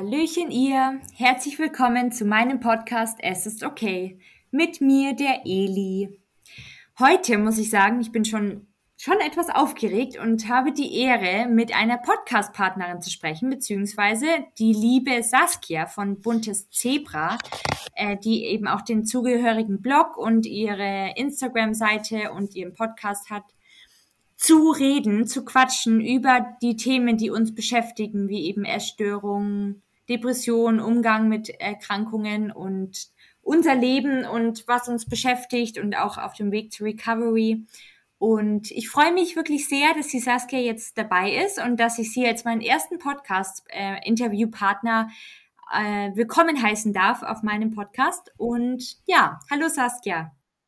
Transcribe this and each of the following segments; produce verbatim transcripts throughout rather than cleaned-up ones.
Hallöchen ihr, herzlich willkommen zu meinem Podcast Es ist okay, mit mir der Eli. Heute muss ich sagen, ich bin schon, schon etwas aufgeregt und habe die Ehre, mit einer Podcast-Partnerin zu sprechen, beziehungsweise die liebe Saskia von Buntes Zebra, äh, die eben auch den zugehörigen Blog und ihre Instagram-Seite und ihren Podcast hat, zu reden, zu quatschen über die Themen, die uns beschäftigen, wie eben Essstörungen, Depressionen, Umgang mit Erkrankungen und unser Leben und was uns beschäftigt und auch auf dem Weg zur Recovery. Und ich freue mich wirklich sehr, dass die Saskia jetzt dabei ist und dass ich sie als meinen ersten Podcast-Interviewpartner äh, äh, willkommen heißen darf auf meinem Podcast. Und ja, hallo Saskia.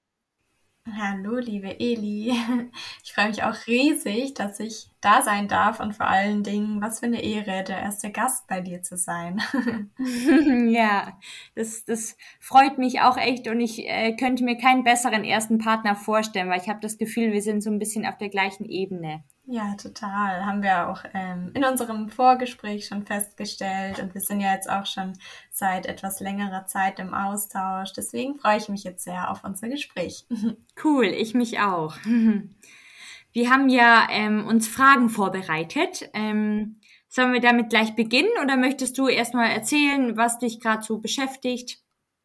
Hallo, liebe Eli. Ich freue mich auch riesig, dass ich da sein darf und vor allen Dingen, was für eine Ehre, der erste Gast bei dir zu sein. Ja, das, das freut mich auch echt und ich äh, könnte mir keinen besseren ersten Partner vorstellen, weil ich habe das Gefühl, wir sind so ein bisschen auf der gleichen Ebene. Ja, total. Haben wir auch ähm, in unserem Vorgespräch schon festgestellt und wir sind ja jetzt auch schon seit etwas längerer Zeit im Austausch. Deswegen freue ich mich jetzt sehr auf unser Gespräch. Cool, ich mich auch. Wir haben ja ähm, uns Fragen vorbereitet. Ähm, sollen wir damit gleich beginnen oder möchtest du erstmal erzählen, was dich gerade so beschäftigt?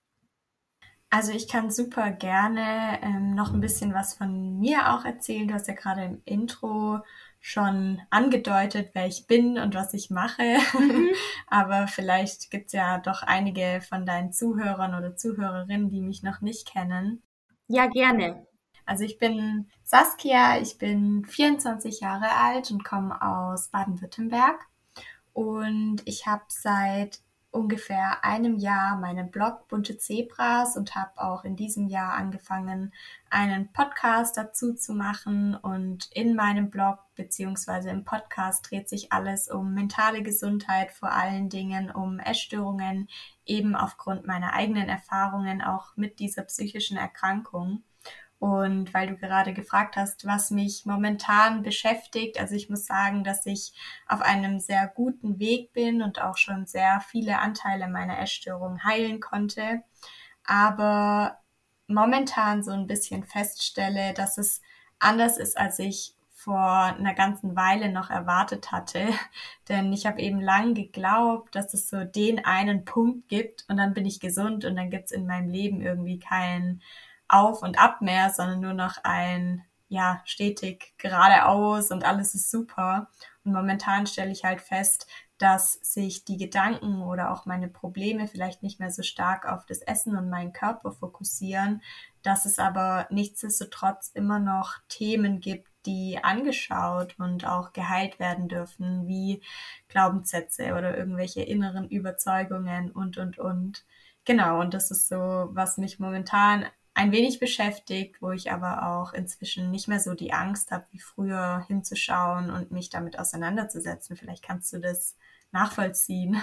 Also ich kann super gerne ähm, noch ein bisschen was von mir auch erzählen. Du hast ja gerade im Intro schon angedeutet, wer ich bin und was ich mache. Mhm. Aber vielleicht gibt's ja doch einige von deinen Zuhörern oder Zuhörerinnen, die mich noch nicht kennen. Ja, gerne. Also ich bin Saskia, ich bin vierundzwanzig Jahre alt und komme aus Baden-Württemberg. Und ich habe seit ungefähr einem Jahr meinen Blog Bunte Zebras und habe auch in diesem Jahr angefangen, einen Podcast dazu zu machen. Und in meinem Blog beziehungsweise im Podcast dreht sich alles um mentale Gesundheit, vor allen Dingen um Essstörungen, eben aufgrund meiner eigenen Erfahrungen auch mit dieser psychischen Erkrankung. Und weil du gerade gefragt hast, was mich momentan beschäftigt, also ich muss sagen, dass ich auf einem sehr guten Weg bin und auch schon sehr viele Anteile meiner Essstörung heilen konnte, aber momentan so ein bisschen feststelle, dass es anders ist, als ich vor einer ganzen Weile noch erwartet hatte. Denn ich habe eben lang geglaubt, dass es so den einen Punkt gibt und dann bin ich gesund und dann gibt's in meinem Leben irgendwie kein Auf und Ab mehr, sondern nur noch ein, ja, stetig geradeaus und alles ist super. Und momentan stelle ich halt fest, dass sich die Gedanken oder auch meine Probleme vielleicht nicht mehr so stark auf das Essen und meinen Körper fokussieren, dass es aber nichtsdestotrotz immer noch Themen gibt, die angeschaut und auch geheilt werden dürfen, wie Glaubenssätze oder irgendwelche inneren Überzeugungen und, und, und. Genau, und das ist so, was mich momentan ein wenig beschäftigt, wo ich aber auch inzwischen nicht mehr so die Angst habe, wie früher hinzuschauen und mich damit auseinanderzusetzen. Vielleicht kannst du das nachvollziehen.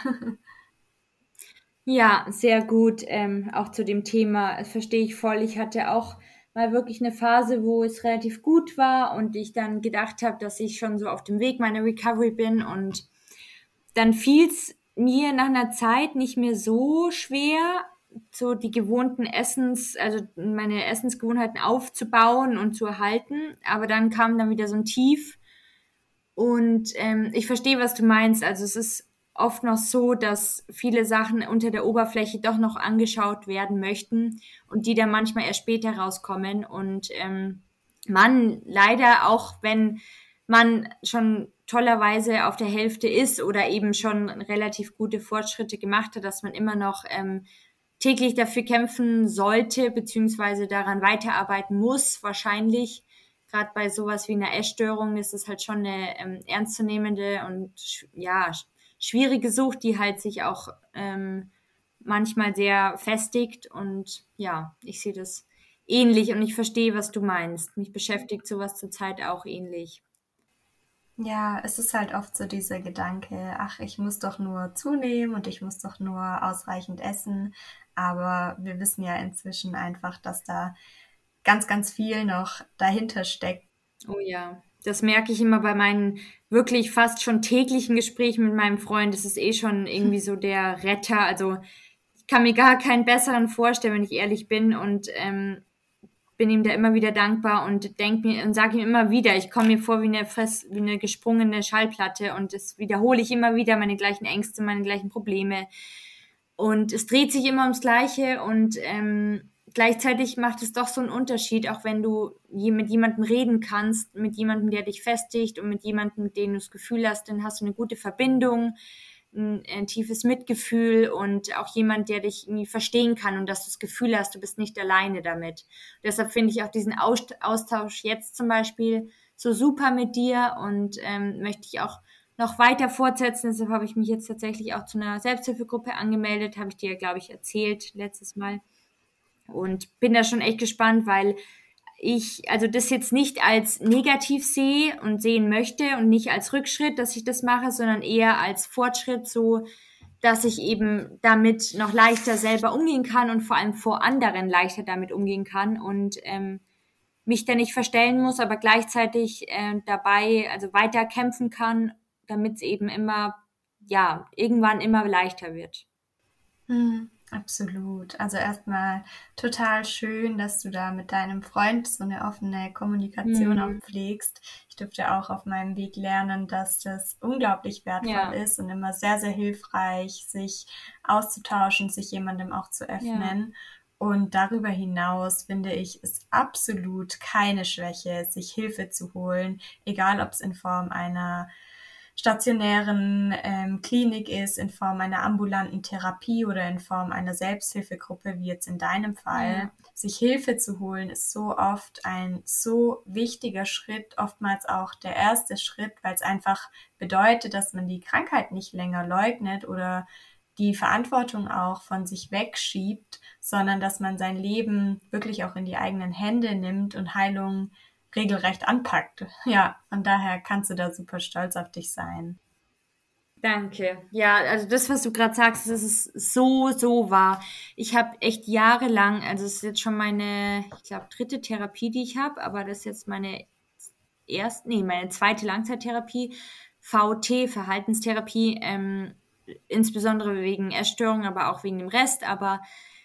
Ja, sehr gut. Ähm, auch zu dem Thema, das verstehe ich voll. Ich hatte auch mal wirklich eine Phase, wo es relativ gut war und ich dann gedacht habe, dass ich schon so auf dem Weg meiner Recovery bin und dann fiel es mir nach einer Zeit nicht mehr so schwer, so die gewohnten Essens, also meine Essensgewohnheiten aufzubauen und zu erhalten. Aber dann kam dann wieder so ein Tief und ähm, ich verstehe, was du meinst. Also es ist oft noch so, dass viele Sachen unter der Oberfläche doch noch angeschaut werden möchten und die dann manchmal erst später rauskommen. Und ähm, man leider, auch wenn man schon tollerweise auf der Hälfte ist oder eben schon relativ gute Fortschritte gemacht hat, dass man immer noch ähm, täglich dafür kämpfen sollte, beziehungsweise daran weiterarbeiten muss, wahrscheinlich. Gerade bei sowas wie einer Essstörung ist es halt schon eine ähm, ernstzunehmende und ja, schwierige Sucht, die halt sich auch ähm, manchmal sehr festigt. Und ja, ich sehe das ähnlich und ich verstehe, was du meinst. Mich beschäftigt sowas zurzeit auch ähnlich. Ja, es ist halt oft so dieser Gedanke, ach, ich muss doch nur zunehmen und ich muss doch nur ausreichend essen. Aber wir wissen ja inzwischen einfach, dass da ganz, ganz viel noch dahinter steckt. Oh ja. Das merke ich immer bei meinen wirklich fast schon täglichen Gesprächen mit meinem Freund. Das ist eh schon irgendwie so der Retter. Also ich kann mir gar keinen besseren vorstellen, wenn ich ehrlich bin. Und ähm, bin ihm da immer wieder dankbar und denk mir und sage ihm immer wieder, ich komme mir vor wie eine Fress, wie eine gesprungene Schallplatte und das wiederhole ich immer wieder, meine gleichen Ängste, meine gleichen Probleme. Und es dreht sich immer ums Gleiche und ähm, gleichzeitig macht es doch so einen Unterschied, auch wenn du je mit jemandem reden kannst, mit jemandem, der dich festigt und mit jemandem, mit dem du das Gefühl hast, dann hast du eine gute Verbindung, ein, ein tiefes Mitgefühl und auch jemand, der dich irgendwie verstehen kann und dass du das Gefühl hast, du bist nicht alleine damit. Und deshalb finde ich auch diesen Austausch jetzt zum Beispiel so super mit dir und ähm, möchte ich auch noch weiter fortsetzen. Deshalb habe ich mich jetzt tatsächlich auch zu einer Selbsthilfegruppe angemeldet, habe ich dir, glaube ich, erzählt letztes Mal. Und bin da schon echt gespannt, weil ich also das jetzt nicht als negativ sehe und sehen möchte und nicht als Rückschritt, dass ich das mache, sondern eher als Fortschritt, so dass ich eben damit noch leichter selber umgehen kann und vor allem vor anderen leichter damit umgehen kann und ähm, mich da nicht verstellen muss, aber gleichzeitig äh, dabei also weiter kämpfen kann, damit es eben immer, ja, irgendwann immer leichter wird. Mhm, absolut. Also erstmal total schön, dass du da mit deinem Freund so eine offene Kommunikation auch Hm, pflegst. Ich durfte auch auf meinem Weg lernen, dass das unglaublich wertvoll ja, ist und immer sehr, sehr hilfreich, sich auszutauschen, sich jemandem auch zu ja, öffnen. Und darüber hinaus finde ich es absolut keine Schwäche, sich Hilfe zu holen, egal ob es in Form einer stationären ähm, Klinik ist, in Form einer ambulanten Therapie oder in Form einer Selbsthilfegruppe, wie jetzt in deinem Fall. ja, Sich Hilfe zu holen, ist so oft ein so wichtiger Schritt, oftmals auch der erste Schritt, weil es einfach bedeutet, dass man die Krankheit nicht länger leugnet oder die Verantwortung auch von sich wegschiebt, sondern dass man sein Leben wirklich auch in die eigenen Hände nimmt und Heilung regelrecht anpackt. Ja, von daher kannst du da super stolz auf dich sein. danke. Ja, also das, was du gerade sagst, das ist so, so wahr. Ich habe echt jahrelang, also es ist jetzt schon meine, ich glaube, dritte Therapie, die ich habe, aber das ist jetzt meine erste, nee, meine zweite Langzeittherapie, V T, Verhaltenstherapie, ähm, insbesondere wegen Essstörungen, aber auch wegen dem Rest, aber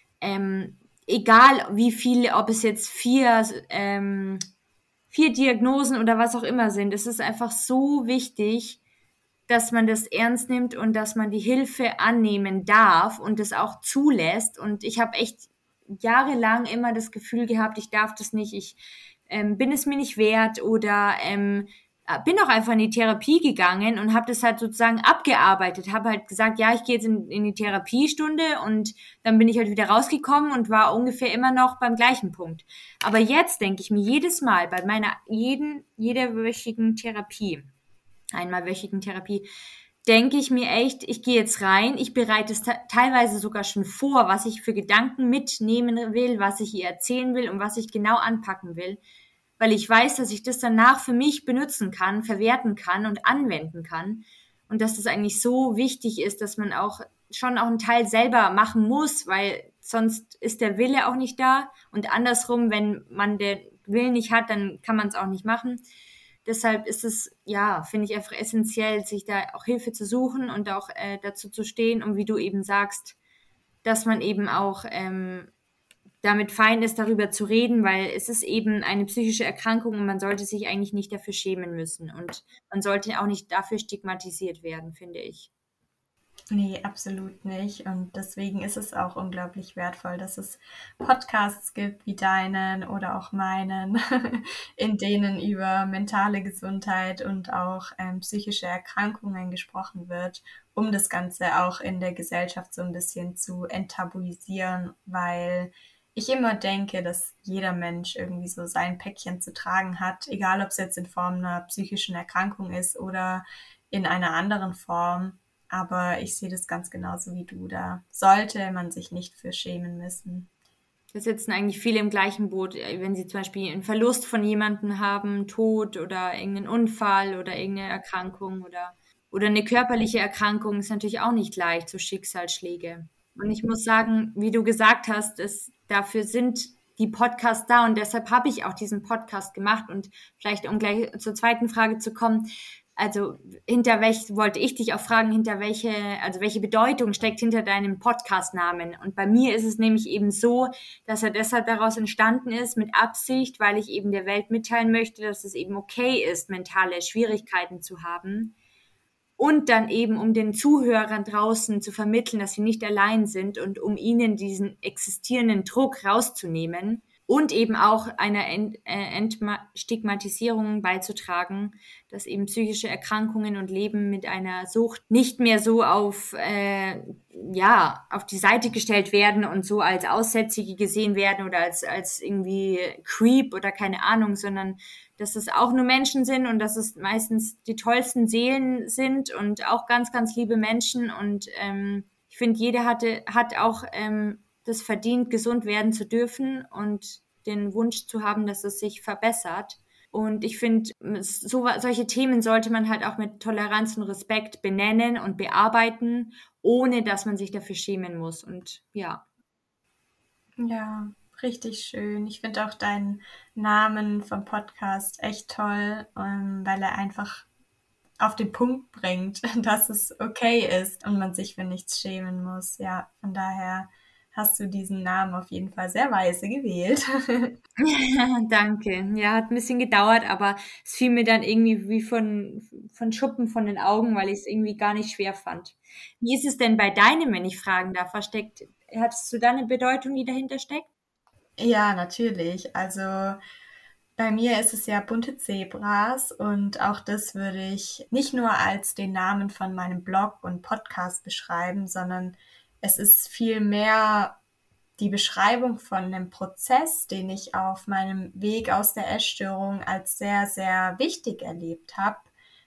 ähm, egal wie viele, ob es jetzt vier ähm, vier Diagnosen oder was auch immer sind. Es ist einfach so wichtig, dass man das ernst nimmt und dass man die Hilfe annehmen darf und das auch zulässt. Und ich habe echt jahrelang immer das Gefühl gehabt, ich darf das nicht, ich ähm, bin es mir nicht wert oder ähm, bin auch einfach in die Therapie gegangen und habe das halt sozusagen abgearbeitet, habe halt gesagt, ja, ich gehe jetzt in, in die Therapiestunde und dann bin ich halt wieder rausgekommen und war ungefähr immer noch beim gleichen Punkt. Aber jetzt denke ich mir jedes Mal bei meiner jeden jederwöchigen Therapie, einmalwöchigen Therapie, denke ich mir echt, ich gehe jetzt rein, ich bereite es te- teilweise sogar schon vor, was ich für Gedanken mitnehmen will, was ich ihr erzählen will und was ich genau anpacken will, weil ich weiß, dass ich das danach für mich benutzen kann, verwerten kann und anwenden kann und dass das eigentlich so wichtig ist, dass man auch schon auch einen Teil selber machen muss, weil sonst ist der Wille auch nicht da und andersrum, wenn man den Willen nicht hat, dann kann man es auch nicht machen. Deshalb ist es, ja, finde ich einfach essentiell, sich da auch Hilfe zu suchen und auch äh, dazu zu stehen, und wie du eben sagst, dass man eben auch ähm, damit fein ist, darüber zu reden, weil es ist eben eine psychische Erkrankung und man sollte sich eigentlich nicht dafür schämen müssen und man sollte auch nicht dafür stigmatisiert werden, finde ich. Nee, absolut nicht. Und deswegen ist es auch unglaublich wertvoll, dass es Podcasts gibt wie deinen oder auch meinen, in denen über mentale Gesundheit und auch ähm, psychische Erkrankungen gesprochen wird, um das Ganze auch in der Gesellschaft so ein bisschen zu enttabuisieren, weil ich immer denke, dass jeder Mensch irgendwie so sein Päckchen zu tragen hat, egal ob es jetzt in Form einer psychischen Erkrankung ist oder in einer anderen Form. Aber ich sehe das ganz genauso wie du. Da sollte man sich nicht für schämen müssen. Da sitzen eigentlich viele im gleichen Boot, äh, wenn sie zum Beispiel einen Verlust von jemandem haben, Tod oder irgendeinen Unfall oder irgendeine Erkrankung oder, oder eine körperliche Erkrankung, ist natürlich auch nicht leicht, so Schicksalsschläge. Und ich muss sagen, wie du gesagt hast, es, dafür sind die Podcasts da und deshalb habe ich auch diesen Podcast gemacht. Und vielleicht, um gleich zur zweiten Frage zu kommen, also hinter welch, wollte ich dich auch fragen, hinter welche, also welche Bedeutung steckt hinter deinem Podcast-Namen? Und bei mir ist es nämlich eben so, dass er deshalb daraus entstanden ist, mit Absicht, weil ich eben der Welt mitteilen möchte, dass es eben okay ist, mentale Schwierigkeiten zu haben. Und dann eben, um den Zuhörern draußen zu vermitteln, dass sie nicht allein sind und um ihnen diesen existierenden Druck rauszunehmen und eben auch einer Ent- äh, Entstigmatisierung beizutragen, dass eben psychische Erkrankungen und Leben mit einer Sucht nicht mehr so auf, äh, ja, auf die Seite gestellt werden und so als Aussätzige gesehen werden oder als, als irgendwie Creep oder keine Ahnung, sondern dass es auch nur Menschen sind und dass es meistens die tollsten Seelen sind und auch ganz, ganz liebe Menschen. Und ähm, ich finde, jeder hatte, hat auch ähm, das verdient, gesund werden zu dürfen und den Wunsch zu haben, dass es sich verbessert. Und ich finde, so, solche Themen sollte man halt auch mit Toleranz und Respekt benennen und bearbeiten, ohne dass man sich dafür schämen muss. Und ja. Ja, richtig schön. Ich finde auch deinen Namen vom Podcast echt toll, ähm, weil er einfach auf den Punkt bringt, dass es okay ist und man sich für nichts schämen muss. Ja, von daher hast du diesen Namen auf jeden Fall sehr weise gewählt. Danke. Ja, hat ein bisschen gedauert, aber es fiel mir dann irgendwie wie von, von Schuppen von den Augen, weil ich es irgendwie gar nicht schwer fand. Wie ist es denn bei deinem, wenn ich fragen darf, versteckt? Hattest du da eine Bedeutung, die dahinter steckt? Ja, natürlich. Also bei mir ist es ja bunte Zebras und auch das würde ich nicht nur als den Namen von meinem Blog und Podcast beschreiben, sondern es ist vielmehr die Beschreibung von einem Prozess, den ich auf meinem Weg aus der Essstörung als sehr, sehr wichtig erlebt habe,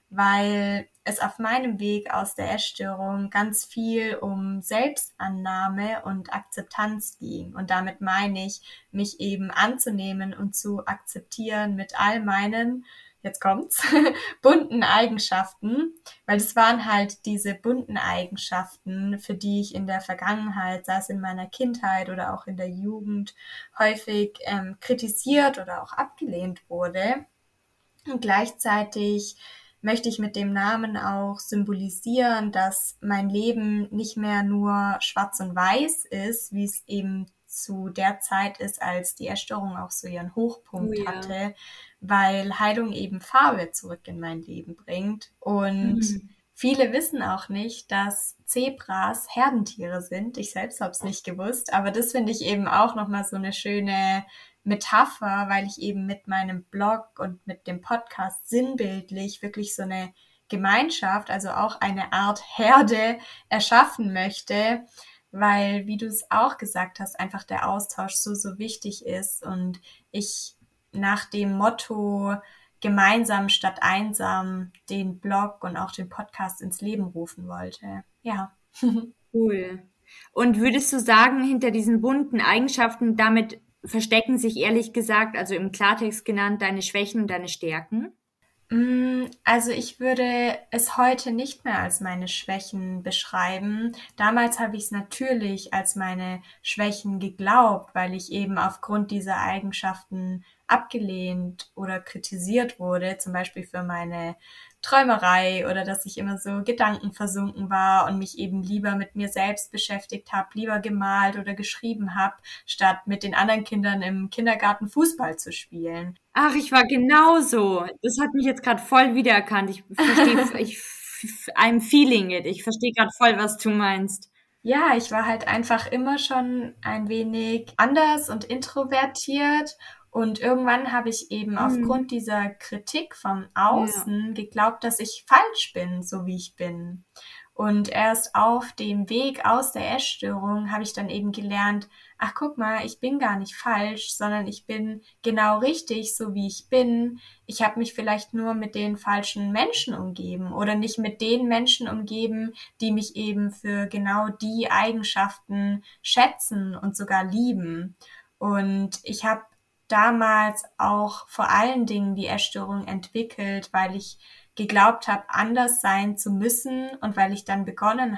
weil es auf meinem Weg aus der Essstörung ganz viel um Selbstannahme und Akzeptanz ging. Und damit meine ich, mich eben anzunehmen und zu akzeptieren mit all meinen, jetzt kommt's, bunten Eigenschaften, weil das waren halt diese bunten Eigenschaften, für die ich in der Vergangenheit, sei es in meiner Kindheit oder auch in der Jugend, häufig ähm, kritisiert oder auch abgelehnt wurde. Und gleichzeitig möchte ich mit dem Namen auch symbolisieren, dass mein Leben nicht mehr nur schwarz und weiß ist, wie es eben zu der Zeit ist, als die Essstörung auch so ihren Oh Hochpunkt ja. hatte, weil Heilung eben Farbe zurück in mein Leben bringt. Und Mhm. viele wissen auch nicht, dass Zebras Herdentiere sind. Ich selbst habe es nicht gewusst, aber das finde ich eben auch nochmal so eine schöne Metapher, weil ich eben mit meinem Blog und mit dem Podcast sinnbildlich wirklich so eine Gemeinschaft, also auch eine Art Herde erschaffen möchte, weil, wie du es auch gesagt hast, einfach der Austausch so, so wichtig ist und ich nach dem Motto gemeinsam statt einsam den Blog und auch den Podcast ins Leben rufen wollte. Ja. Cool. Und würdest du sagen, hinter diesen bunten Eigenschaften, damit verstecken sich ehrlich gesagt, also im Klartext genannt, deine Schwächen und deine Stärken? Mm, Also ich würde es heute nicht mehr als meine Schwächen beschreiben. Damals habe ich es natürlich als meine Schwächen geglaubt, weil ich eben aufgrund dieser Eigenschaften abgelehnt oder kritisiert wurde, zum Beispiel für meine Träumerei oder dass ich immer so gedankenversunken war und mich eben lieber mit mir selbst beschäftigt habe, lieber gemalt oder geschrieben habe, statt mit den anderen Kindern im Kindergarten Fußball zu spielen. Ach, ich war genauso. Das hat mich jetzt gerade voll wiedererkannt. Ich verstehe, ich, I'm feeling it. Ich verstehe gerade voll, was du meinst. Ja, ich war halt einfach immer schon ein wenig anders und introvertiert und irgendwann habe ich eben Mhm. aufgrund dieser Kritik vom Ja. Außen geglaubt, dass ich falsch bin, so wie ich bin. Und erst auf dem Weg aus der Essstörung habe ich dann eben gelernt, ach guck mal, ich bin gar nicht falsch, sondern ich bin genau richtig, so wie ich bin. Ich habe mich vielleicht nur mit den falschen Menschen umgeben oder nicht mit den Menschen umgeben, die mich eben für genau die Eigenschaften schätzen und sogar lieben. Und ich habe damals auch vor allen Dingen die Essstörung entwickelt, weil ich geglaubt habe, anders sein zu müssen und weil ich dann begonnen habe,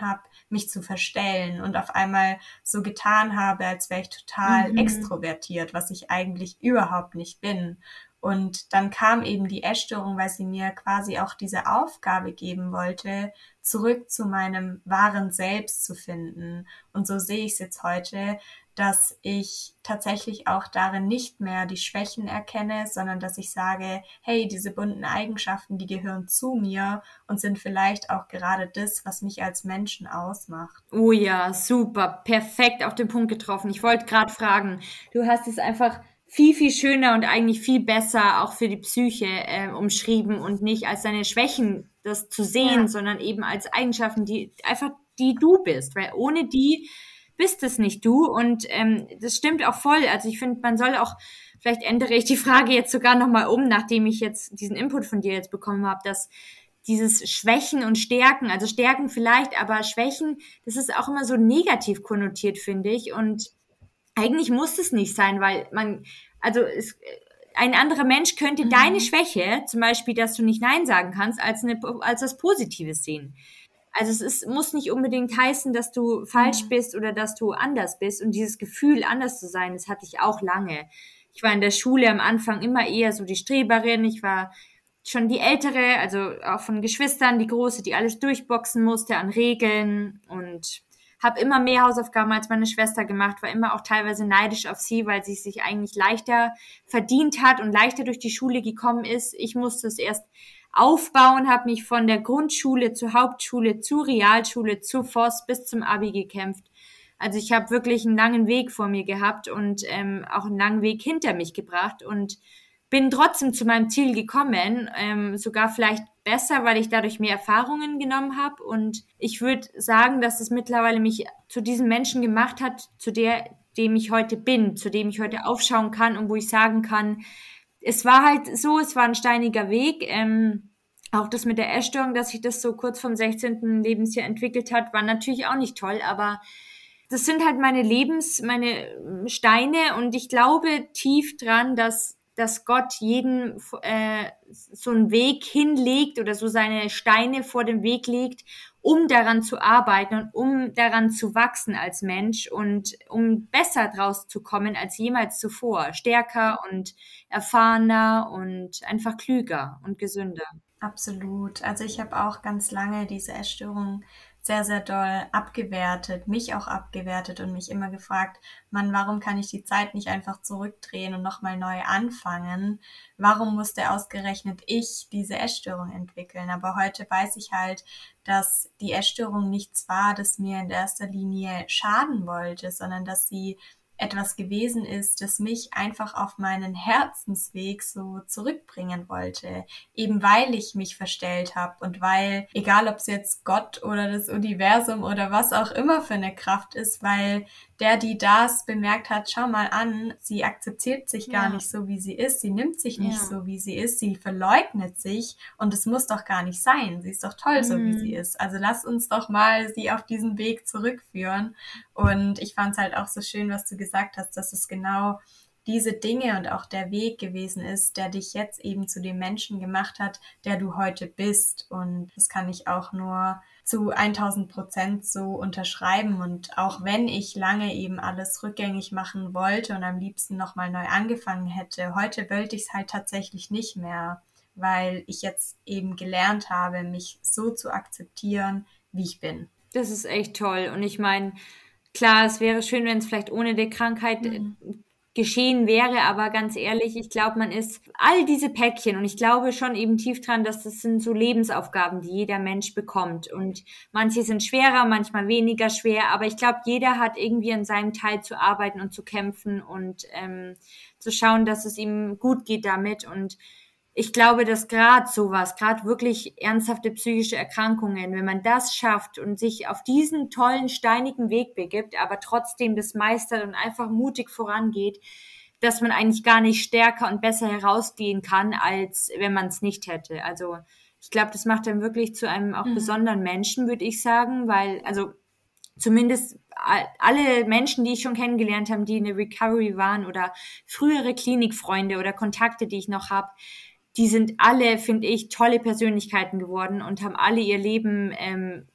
mich zu verstellen und auf einmal so getan habe, als wäre ich total Mhm. extrovertiert, was ich eigentlich überhaupt nicht bin. Und dann kam eben die Essstörung, weil sie mir quasi auch diese Aufgabe geben wollte, zurück zu meinem wahren Selbst zu finden. Und so sehe ich es jetzt heute, dass ich tatsächlich auch darin nicht mehr die Schwächen erkenne, sondern dass ich sage, hey, diese bunten Eigenschaften, die gehören zu mir und sind vielleicht auch gerade das, was mich als Menschen ausmacht. Oh ja, super, perfekt auf den Punkt getroffen. Ich wollte gerade fragen, du hast es einfach viel, viel schöner und eigentlich viel besser auch für die Psyche äh, umschrieben und nicht als deine Schwächen das zu sehen, Ja. sondern eben als Eigenschaften, die einfach die du bist, weil ohne die bist es nicht du und ähm, das stimmt auch voll. Also ich finde, man soll auch, vielleicht ändere ich die Frage jetzt sogar nochmal um, nachdem ich jetzt diesen Input von dir jetzt bekommen habe, dass dieses Schwächen und Stärken, also Stärken vielleicht, aber Schwächen, das ist auch immer so negativ konnotiert, finde ich. Und eigentlich muss es nicht sein, weil man, also es, ein anderer Mensch könnte Mhm. deine Schwäche, zum Beispiel, dass du nicht Nein sagen kannst, als, eine, als was Positives sehen. Also es ist, muss nicht unbedingt heißen, dass du falsch Mhm. bist oder dass du anders bist. Und dieses Gefühl, anders zu sein, das hatte ich auch lange. Ich war in der Schule am Anfang immer eher so die Streberin. Ich war schon die Ältere, also auch von Geschwistern, die Große, die alles durchboxen musste an Regeln und habe immer mehr Hausaufgaben als meine Schwester gemacht, war immer auch teilweise neidisch auf sie, weil sie sich eigentlich leichter verdient hat und leichter durch die Schule gekommen ist. Ich musste es erst aufbauen, habe mich von der Grundschule zur Hauptschule, zur Realschule, zu Voss bis zum Abi gekämpft. Also ich habe wirklich einen langen Weg vor mir gehabt und ähm, auch einen langen Weg hinter mich gebracht und bin trotzdem zu meinem Ziel gekommen, ähm, sogar vielleicht besser, weil ich dadurch mehr Erfahrungen genommen habe. Und ich würde sagen, dass es mittlerweile mich zu diesem Menschen gemacht hat, zu der, dem ich heute bin, zu dem ich heute aufschauen kann und wo ich sagen kann, es war halt so, es war ein steiniger Weg. Ähm, auch das mit der Essstörung, dass sich das so kurz vom sechzehnten Lebensjahr entwickelt hat, war natürlich auch nicht toll, aber das sind halt meine Lebens, meine Steine und ich glaube tief dran, dass dass Gott jeden äh, so einen Weg hinlegt oder so seine Steine vor dem Weg legt, um daran zu arbeiten und um daran zu wachsen als Mensch und um besser draus zu kommen als jemals zuvor. Stärker und erfahrener und einfach klüger und gesünder. Absolut. Also ich habe auch ganz lange diese Essstörung sehr, sehr doll abgewertet, mich auch abgewertet und mich immer gefragt, Mann, warum kann ich die Zeit nicht einfach zurückdrehen und nochmal neu anfangen? Warum musste ausgerechnet ich diese Essstörung entwickeln? Aber heute weiß ich halt, dass die Essstörung nichts war, das mir in erster Linie schaden wollte, sondern dass sie etwas gewesen ist, das mich einfach auf meinen Herzensweg so zurückbringen wollte. Eben weil ich mich verstellt habe und weil, egal ob es jetzt Gott oder das Universum oder was auch immer für eine Kraft ist, weil der, die das bemerkt hat, schau mal an, sie akzeptiert sich gar Ja. nicht so, wie sie ist, sie nimmt sich nicht Ja. so, wie sie ist, sie verleugnet sich und es muss doch gar nicht sein. Sie ist doch toll, so wie Mhm. sie ist. Also lass uns doch mal sie auf diesen Weg zurückführen. Und ich fand es halt auch so schön, was du gesagt hast, dass es genau diese Dinge und auch der Weg gewesen ist, der dich jetzt eben zu dem Menschen gemacht hat, der du heute bist. Und das kann ich auch nur zu tausend Prozent so unterschreiben. Und auch wenn ich lange eben alles rückgängig machen wollte und am liebsten nochmal neu angefangen hätte, heute wollte ich es halt tatsächlich nicht mehr, weil ich jetzt eben gelernt habe, mich so zu akzeptieren, wie ich bin. Das ist echt toll. Und ich meine, klar, es wäre schön, wenn es vielleicht ohne die Krankheit äh, Mhm. geschehen wäre, aber ganz ehrlich, ich glaube, man ist all diese Päckchen und ich glaube schon eben tief dran, dass das sind so Lebensaufgaben, die jeder Mensch bekommt und manche sind schwerer, manchmal weniger schwer, aber ich glaube, jeder hat irgendwie an seinem Teil zu arbeiten und zu kämpfen und ähm, zu schauen, dass es ihm gut geht damit und ich glaube, dass gerade sowas, gerade wirklich ernsthafte psychische Erkrankungen, wenn man das schafft und sich auf diesen tollen, steinigen Weg begibt, aber trotzdem das meistert und einfach mutig vorangeht, dass man eigentlich gar nicht stärker und besser herausgehen kann, als wenn man es nicht hätte. Also ich glaube, das macht dann wirklich zu einem auch Mhm. besonderen Menschen, würde ich sagen, weil, also zumindest alle Menschen, die ich schon kennengelernt habe, die in der Recovery waren oder frühere Klinikfreunde oder Kontakte, die ich noch habe, die sind alle, finde ich, tolle Persönlichkeiten geworden und haben alle ihr Leben ähm,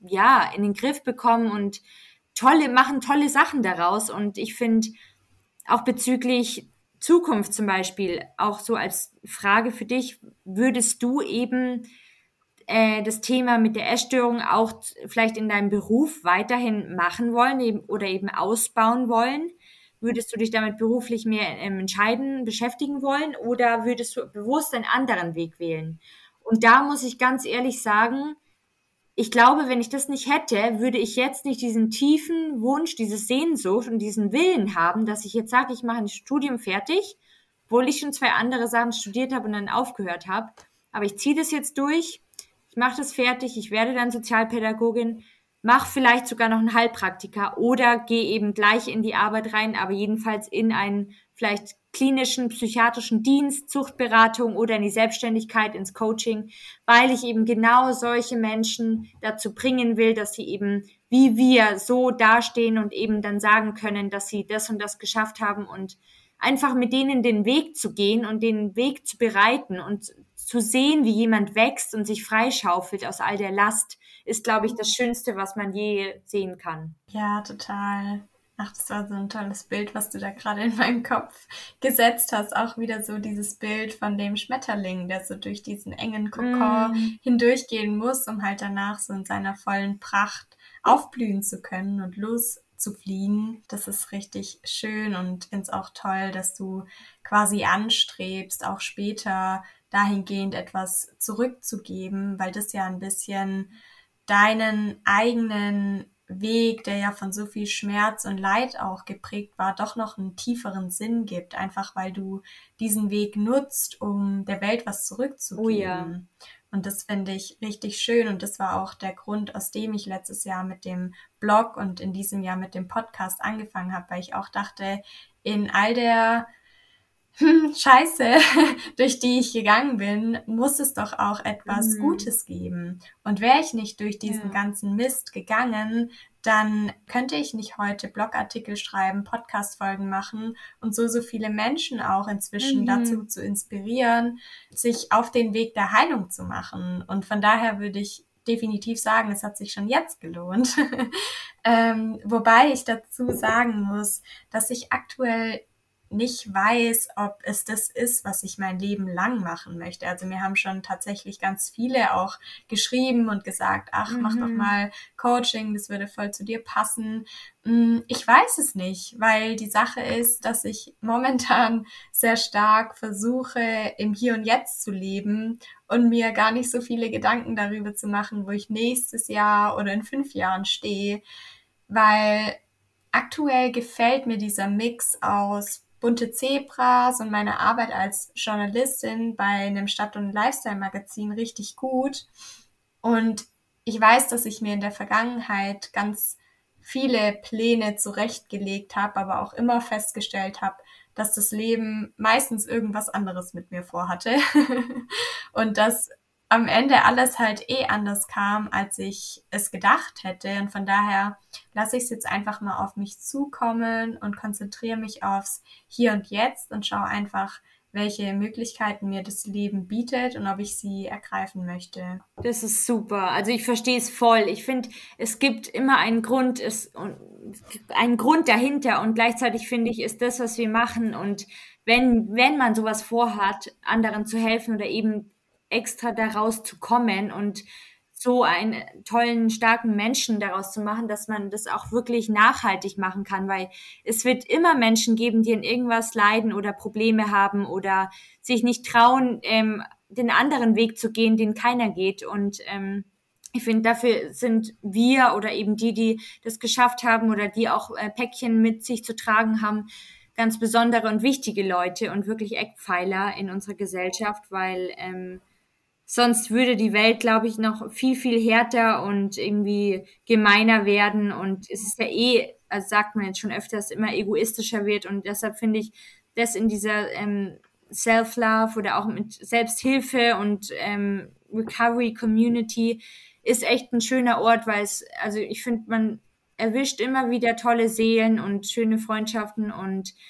ja, in den Griff bekommen und tolle, machen tolle Sachen daraus. Und ich finde, auch bezüglich Zukunft zum Beispiel, auch so als Frage für dich, würdest du eben äh, das Thema mit der Essstörung auch t- vielleicht in deinem Beruf weiterhin machen wollen eben, oder eben ausbauen wollen? Würdest du dich damit beruflich mehr ähm, entscheiden, beschäftigen wollen oder würdest du bewusst einen anderen Weg wählen? Und da muss ich ganz ehrlich sagen, ich glaube, wenn ich das nicht hätte, würde ich jetzt nicht diesen tiefen Wunsch, diese Sehnsucht und diesen Willen haben, dass ich jetzt sage, ich mache ein Studium fertig, obwohl ich schon zwei andere Sachen studiert habe und dann aufgehört habe. Aber ich ziehe das jetzt durch, ich mache das fertig, ich werde dann Sozialpädagogin, mache vielleicht sogar noch ein Heilpraktiker oder gehe eben gleich in die Arbeit rein, aber jedenfalls in einen vielleicht klinischen, psychiatrischen Dienst, Zuchtberatung oder in die Selbstständigkeit, ins Coaching, weil ich eben genau solche Menschen dazu bringen will, dass sie eben wie wir so dastehen und eben dann sagen können, dass sie das und das geschafft haben und einfach mit denen den Weg zu gehen und den Weg zu bereiten und zu sehen, wie jemand wächst und sich freischaufelt aus all der Last, ist, glaube ich, das Schönste, was man je sehen kann. Ja, total. Ach, das war so ein tolles Bild, was du da gerade in meinen Kopf gesetzt hast. Auch wieder so dieses Bild von dem Schmetterling, der so durch diesen engen Kokon Mm, hindurchgehen muss, um halt danach so in seiner vollen Pracht aufblühen zu können und loszufliegen. Das ist richtig schön und ich finde es auch toll, dass du quasi anstrebst, auch später dahingehend etwas zurückzugeben, weil das ja ein bisschen deinen eigenen Weg, der ja von so viel Schmerz und Leid auch geprägt war, doch noch einen tieferen Sinn gibt, einfach weil du diesen Weg nutzt, um der Welt was oh ja. zurückzugeben. Und das finde ich richtig schön und das war auch der Grund, aus dem ich letztes Jahr mit dem Blog und in diesem Jahr mit dem Podcast angefangen habe, weil ich auch dachte, in all der Scheiße, durch die ich gegangen bin, muss es doch auch etwas Mm, Gutes geben. Und wäre ich nicht durch diesen ja. ganzen Mist gegangen, dann könnte ich nicht heute Blogartikel schreiben, Podcast-Folgen machen und so, so viele Menschen auch inzwischen dazu Mhm. zu inspirieren, sich auf den Weg der Heilung zu machen. Und von daher würde ich definitiv sagen, es hat sich schon jetzt gelohnt. ähm, wobei ich dazu sagen muss, dass ich aktuell nicht weiß, ob es das ist, was ich mein Leben lang machen möchte. Also mir haben schon tatsächlich ganz viele auch geschrieben und gesagt, ach, mach doch Mhm. mal Coaching, das würde voll zu dir passen. Mm, Ich weiß es nicht, weil die Sache ist, dass ich momentan sehr stark versuche, im Hier und Jetzt zu leben und mir gar nicht so viele Gedanken darüber zu machen, wo ich nächstes Jahr oder in fünf Jahren stehe, weil aktuell gefällt mir dieser Mix aus bunte Zebras und meiner Arbeit als Journalistin bei einem Stadt- und Lifestyle-Magazin richtig gut. Und ich weiß, dass ich mir in der Vergangenheit ganz viele Pläne zurechtgelegt habe, aber auch immer festgestellt habe, dass das Leben meistens irgendwas anderes mit mir vorhatte. Und dass am Ende alles halt eh anders kam, als ich es gedacht hätte. Und von daher lasse ich es jetzt einfach mal auf mich zukommen und konzentriere mich aufs Hier und Jetzt und schaue einfach, welche Möglichkeiten mir das Leben bietet und ob ich sie ergreifen möchte. Das ist super. Also ich verstehe es voll. Ich finde, es gibt immer einen Grund, es, und einen Grund dahinter und gleichzeitig finde ich, ist das, was wir machen und wenn, wenn man sowas vorhat, anderen zu helfen oder eben extra daraus zu kommen und so einen tollen, starken Menschen daraus zu machen, dass man das auch wirklich nachhaltig machen kann, weil es wird immer Menschen geben, die in irgendwas leiden oder Probleme haben oder sich nicht trauen, ähm, den anderen Weg zu gehen, den keiner geht. Und ähm, ich finde, dafür sind wir oder eben die, die das geschafft haben oder die auch äh, Päckchen mit sich zu tragen haben, ganz besondere und wichtige Leute und wirklich Eckpfeiler in unserer Gesellschaft, weil ähm, sonst würde die Welt, glaube ich, noch viel, viel härter und irgendwie gemeiner werden. Und es ist ja eh, also sagt man jetzt schon öfters, immer egoistischer wird. Und deshalb finde ich, das in dieser ähm, Self-Love oder auch mit Selbsthilfe und ähm, Recovery Community ist echt ein schöner Ort, weil es, also ich finde, man erwischt immer wieder tolle Seelen und schöne Freundschaften und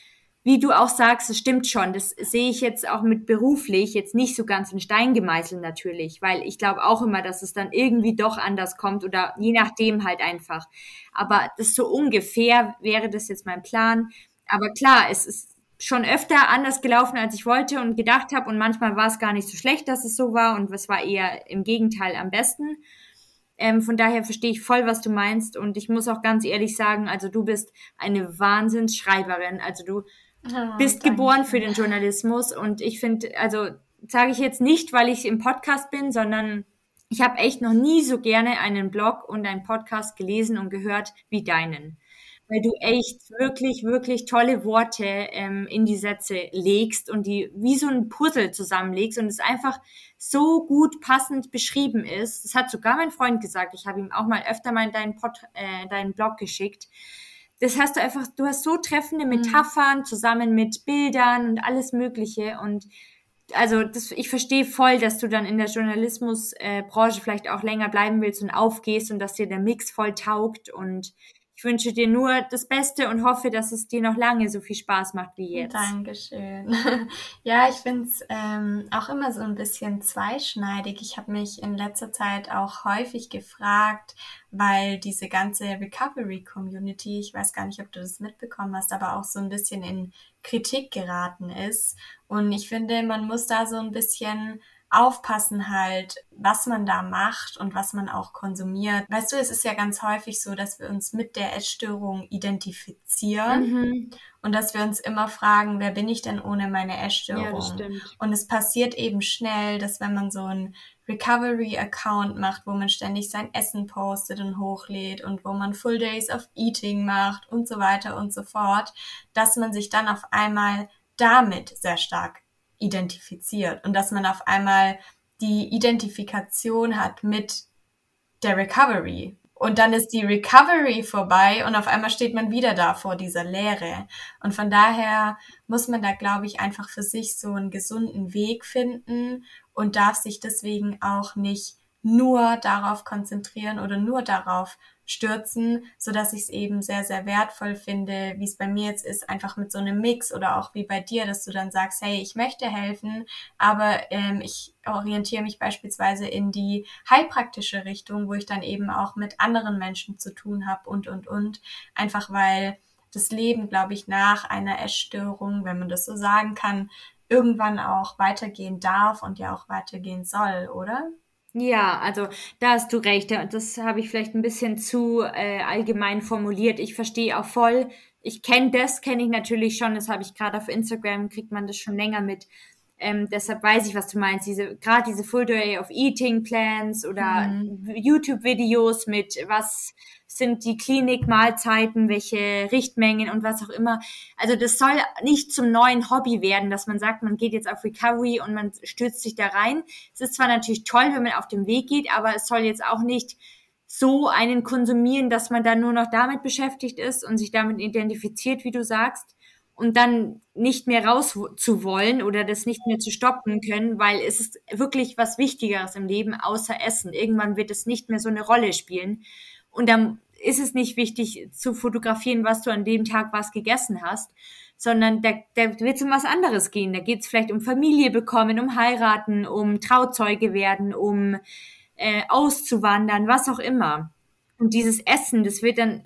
wie du auch sagst, es stimmt schon. Das sehe ich jetzt auch mit beruflich jetzt nicht so ganz in Stein gemeißelt natürlich, weil ich glaube auch immer, dass es dann irgendwie doch anders kommt oder je nachdem halt einfach. Aber das so ungefähr wäre das jetzt mein Plan. Aber klar, es ist schon öfter anders gelaufen, als ich wollte und gedacht habe. Und manchmal war es gar nicht so schlecht, dass es so war. Und es war eher im Gegenteil am besten. Ähm, von daher verstehe ich voll, was du meinst. Und ich muss auch ganz ehrlich sagen, also du bist eine Wahnsinnsschreiberin. Also du Oh, bist geboren für danke. den Journalismus. Und ich finde, also sage ich jetzt nicht, weil ich im Podcast bin, sondern ich habe echt noch nie so gerne einen Blog und einen Podcast gelesen und gehört wie deinen. Weil du echt wirklich, wirklich tolle Worte ähm, in die Sätze legst und die wie so ein Puzzle zusammenlegst und es einfach so gut passend beschrieben ist. Das hat sogar mein Freund gesagt. Ich habe ihm auch mal öfter mal deinen, Pod, äh, deinen Blog geschickt. Das hast du einfach, du hast so treffende Hm. Metaphern zusammen mit Bildern und alles Mögliche und also das, ich verstehe voll, dass du dann in der Journalismusbranche äh, Branche vielleicht auch länger bleiben willst und aufgehst und dass dir der Mix voll taugt und ich wünsche dir nur das Beste und hoffe, dass es dir noch lange so viel Spaß macht wie jetzt. Dankeschön. Ja, ich finde es ähm, auch immer so ein bisschen zweischneidig. Ich habe mich in letzter Zeit auch häufig gefragt, weil diese ganze Recovery-Community, ich weiß gar nicht, ob du das mitbekommen hast, aber auch so ein bisschen in Kritik geraten ist. Und ich finde, man muss da so ein bisschen aufpassen halt, was man da macht und was man auch konsumiert. Weißt du, es ist ja ganz häufig so, dass wir uns mit der Essstörung identifizieren Mhm. und dass wir uns immer fragen, wer bin ich denn ohne meine Ja, das Essstörung? stimmt. Und es passiert eben schnell, dass wenn man so einen Recovery-Account macht, wo man ständig sein Essen postet und hochlädt und wo man Full Days of Eating macht und so weiter und so fort, dass man sich dann auf einmal damit sehr stark identifiziert und dass man auf einmal die Identifikation hat mit der Recovery. Und dann ist die Recovery vorbei und auf einmal steht man wieder da vor dieser Leere. Und von daher muss man da, glaube ich, einfach für sich so einen gesunden Weg finden und darf sich deswegen auch nicht nur darauf konzentrieren oder nur darauf stürzen, so dass ich es eben sehr, sehr wertvoll finde, wie es bei mir jetzt ist, einfach mit so einem Mix oder auch wie bei dir, dass du dann sagst, hey, ich möchte helfen, aber ähm, ich orientiere mich beispielsweise in die heilpraktische Richtung, wo ich dann eben auch mit anderen Menschen zu tun habe und, und, und. Einfach weil das Leben, glaube ich, nach einer Essstörung, wenn man das so sagen kann, irgendwann auch weitergehen darf und ja auch weitergehen soll, oder? Ja, also da hast du recht. Ja, das habe ich vielleicht ein bisschen zu äh, allgemein formuliert. Ich verstehe auch voll. Ich kenne das, kenne ich natürlich schon. Das habe ich gerade auf Instagram, kriegt man das schon länger mit. Ähm, deshalb weiß ich, was du meinst. Diese, gerade diese Full Day of Eating Plans oder Hm. YouTube-Videos mit was sind die Klinikmahlzeiten, welche Richtmengen und was auch immer. Also das soll nicht zum neuen Hobby werden, dass man sagt, man geht jetzt auf Recovery und man stürzt sich da rein. Es ist zwar natürlich toll, wenn man auf dem Weg geht, aber es soll jetzt auch nicht so einen konsumieren, dass man dann nur noch damit beschäftigt ist und sich damit identifiziert, wie du sagst, und dann nicht mehr raus zu wollen oder das nicht mehr zu stoppen können, weil es ist wirklich was Wichtigeres im Leben außer Essen. Irgendwann wird es nicht mehr so eine Rolle spielen. Und dann ist es nicht wichtig zu fotografieren, was du an dem Tag was gegessen hast, sondern da, da wird es um was anderes gehen. Da geht es vielleicht um Familie bekommen, um heiraten, um Trauzeuge werden, um äh, auszuwandern, was auch immer. Und dieses Essen, das wird dann,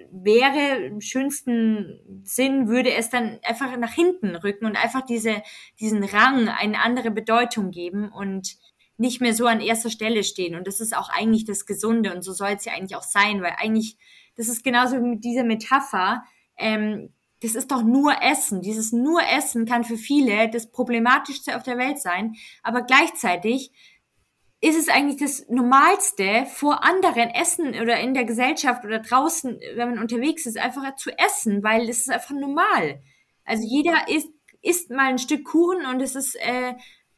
wäre im schönsten Sinn, würde es dann einfach nach hinten rücken und einfach diese, diesen Rang eine andere Bedeutung geben und nicht mehr so an erster Stelle stehen. Und das ist auch eigentlich das Gesunde und so soll es ja eigentlich auch sein, weil eigentlich, das ist genauso wie mit dieser Metapher, ähm, das ist doch nur Essen. Dieses nur Essen kann für viele das Problematischste auf der Welt sein, aber gleichzeitig ist es eigentlich das Normalste, vor anderen essen oder in der Gesellschaft oder draußen, wenn man unterwegs ist, einfach zu essen, weil es ist einfach normal. Also jeder isst, isst mal ein Stück Kuchen und es ist, äh,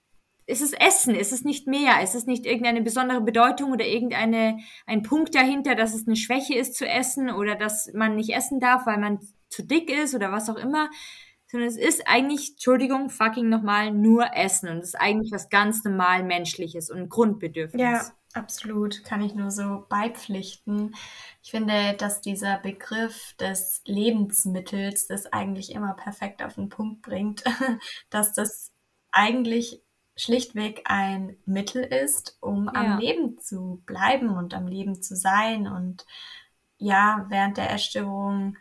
es ist Essen, es ist nicht mehr, es ist nicht irgendeine besondere Bedeutung oder irgendeine, ein Punkt dahinter, dass es eine Schwäche ist zu essen oder dass man nicht essen darf, weil man zu dick ist oder was auch immer, sondern es ist eigentlich, Entschuldigung, fucking nochmal, nur Essen und es ist eigentlich was ganz normal Menschliches und ein Ja, Grundbedürfnis. Absolut, kann ich nur so beipflichten. Ich finde, dass dieser Begriff des Lebensmittels das eigentlich immer perfekt auf den Punkt bringt, dass das eigentlich schlichtweg ein Mittel ist, um am Ja, Leben zu bleiben und am Leben zu sein. Und ja, während der Essstörung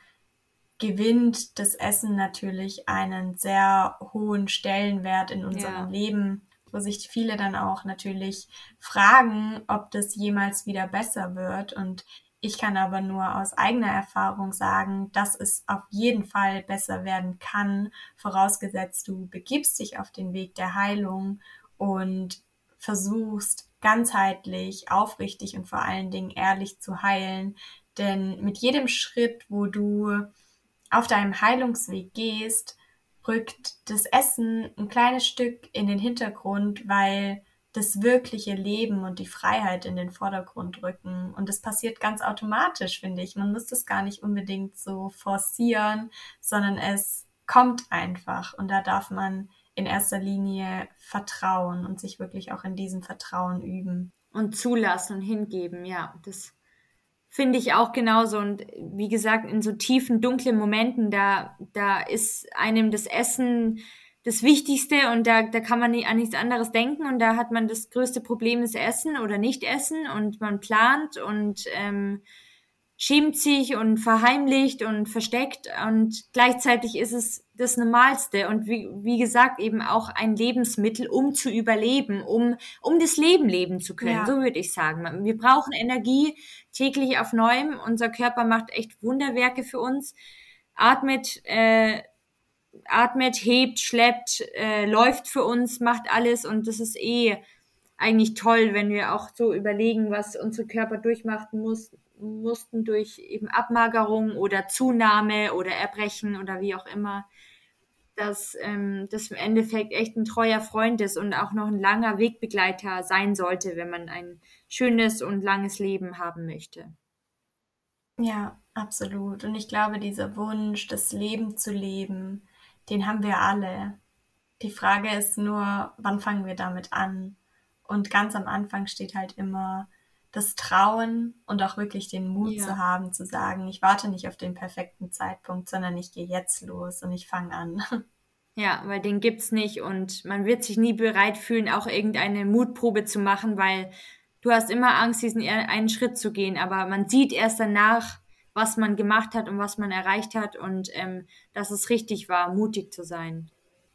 gewinnt das Essen natürlich einen sehr hohen Stellenwert in unserem ja, Leben, wo sich viele dann auch natürlich fragen, ob das jemals wieder besser wird. Und ich kann aber nur aus eigener Erfahrung sagen, dass es auf jeden Fall besser werden kann, vorausgesetzt du begibst dich auf den Weg der Heilung und versuchst ganzheitlich, aufrichtig und vor allen Dingen ehrlich zu heilen. Denn mit jedem Schritt, wo du auf deinem Heilungsweg gehst, rückt das Essen ein kleines Stück in den Hintergrund, weil das wirkliche Leben und die Freiheit in den Vordergrund rücken. Und das passiert ganz automatisch, finde ich. Man muss das gar nicht unbedingt so forcieren, sondern es kommt einfach. Und da darf man in erster Linie vertrauen und sich wirklich auch in diesem Vertrauen üben. und zulassen und hingeben, ja, das finde ich auch genauso. Und wie gesagt, in so tiefen, dunklen Momenten, da, da ist einem das Essen das Wichtigste und da, da kann man nie, an nichts anderes denken und da hat man das größte Problem, das Essen oder Nicht-Essen und man plant und ähm, schämt sich und verheimlicht und versteckt und gleichzeitig ist es das Normalste und wie, wie gesagt eben auch ein Lebensmittel, um zu überleben, um, um das Leben leben zu können, so Ja, würde ich sagen. Wir brauchen Energie täglich auf Neuem, unser Körper macht echt Wunderwerke für uns, atmet, äh, atmet, hebt, schleppt, äh, läuft für uns, macht alles und das ist eh eigentlich toll, wenn wir auch so überlegen, was unsere Körper durchmachen muss, mussten durch eben Abmagerung oder Zunahme oder Erbrechen oder wie auch immer, dass ähm, das im Endeffekt echt ein treuer Freund ist und auch noch ein langer Wegbegleiter sein sollte, wenn man ein schönes und langes Leben haben möchte. ja, absolut. Und ich glaube, dieser Wunsch, das Leben zu leben, den haben wir alle. Die Frage ist nur, wann fangen wir damit an? Und ganz am Anfang steht halt immer das Trauen und auch wirklich den Mut zu Ja. haben, zu sagen, ich warte nicht auf den perfekten Zeitpunkt, sondern ich gehe jetzt los und ich fange an. Ja, weil den gibt's nicht und man wird sich nie bereit fühlen, auch irgendeine Mutprobe zu machen, weil du hast immer Angst, diesen e- einen Schritt zu gehen, aber man sieht erst danach, was man gemacht hat und was man erreicht hat und ähm, dass es richtig war, mutig zu sein.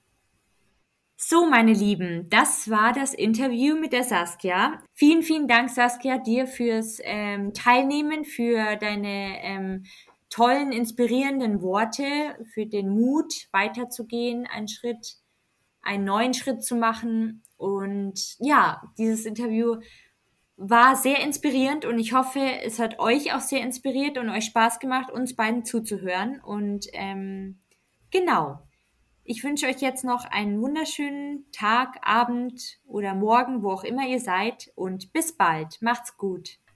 So, meine Lieben, das war das Interview mit der Saskia. Vielen, vielen Dank, Saskia, dir fürs ähm, Teilnehmen, für deine ähm, tollen, inspirierenden Worte, für den Mut, weiterzugehen, einen Schritt, einen neuen Schritt zu machen. Und ja, dieses Interview war sehr inspirierend und ich hoffe, es hat euch auch sehr inspiriert und euch Spaß gemacht, uns beiden zuzuhören. Und ähm, genau. Ich wünsche euch jetzt noch einen wunderschönen Tag, Abend oder Morgen, wo auch immer ihr seid und bis bald. Macht's gut.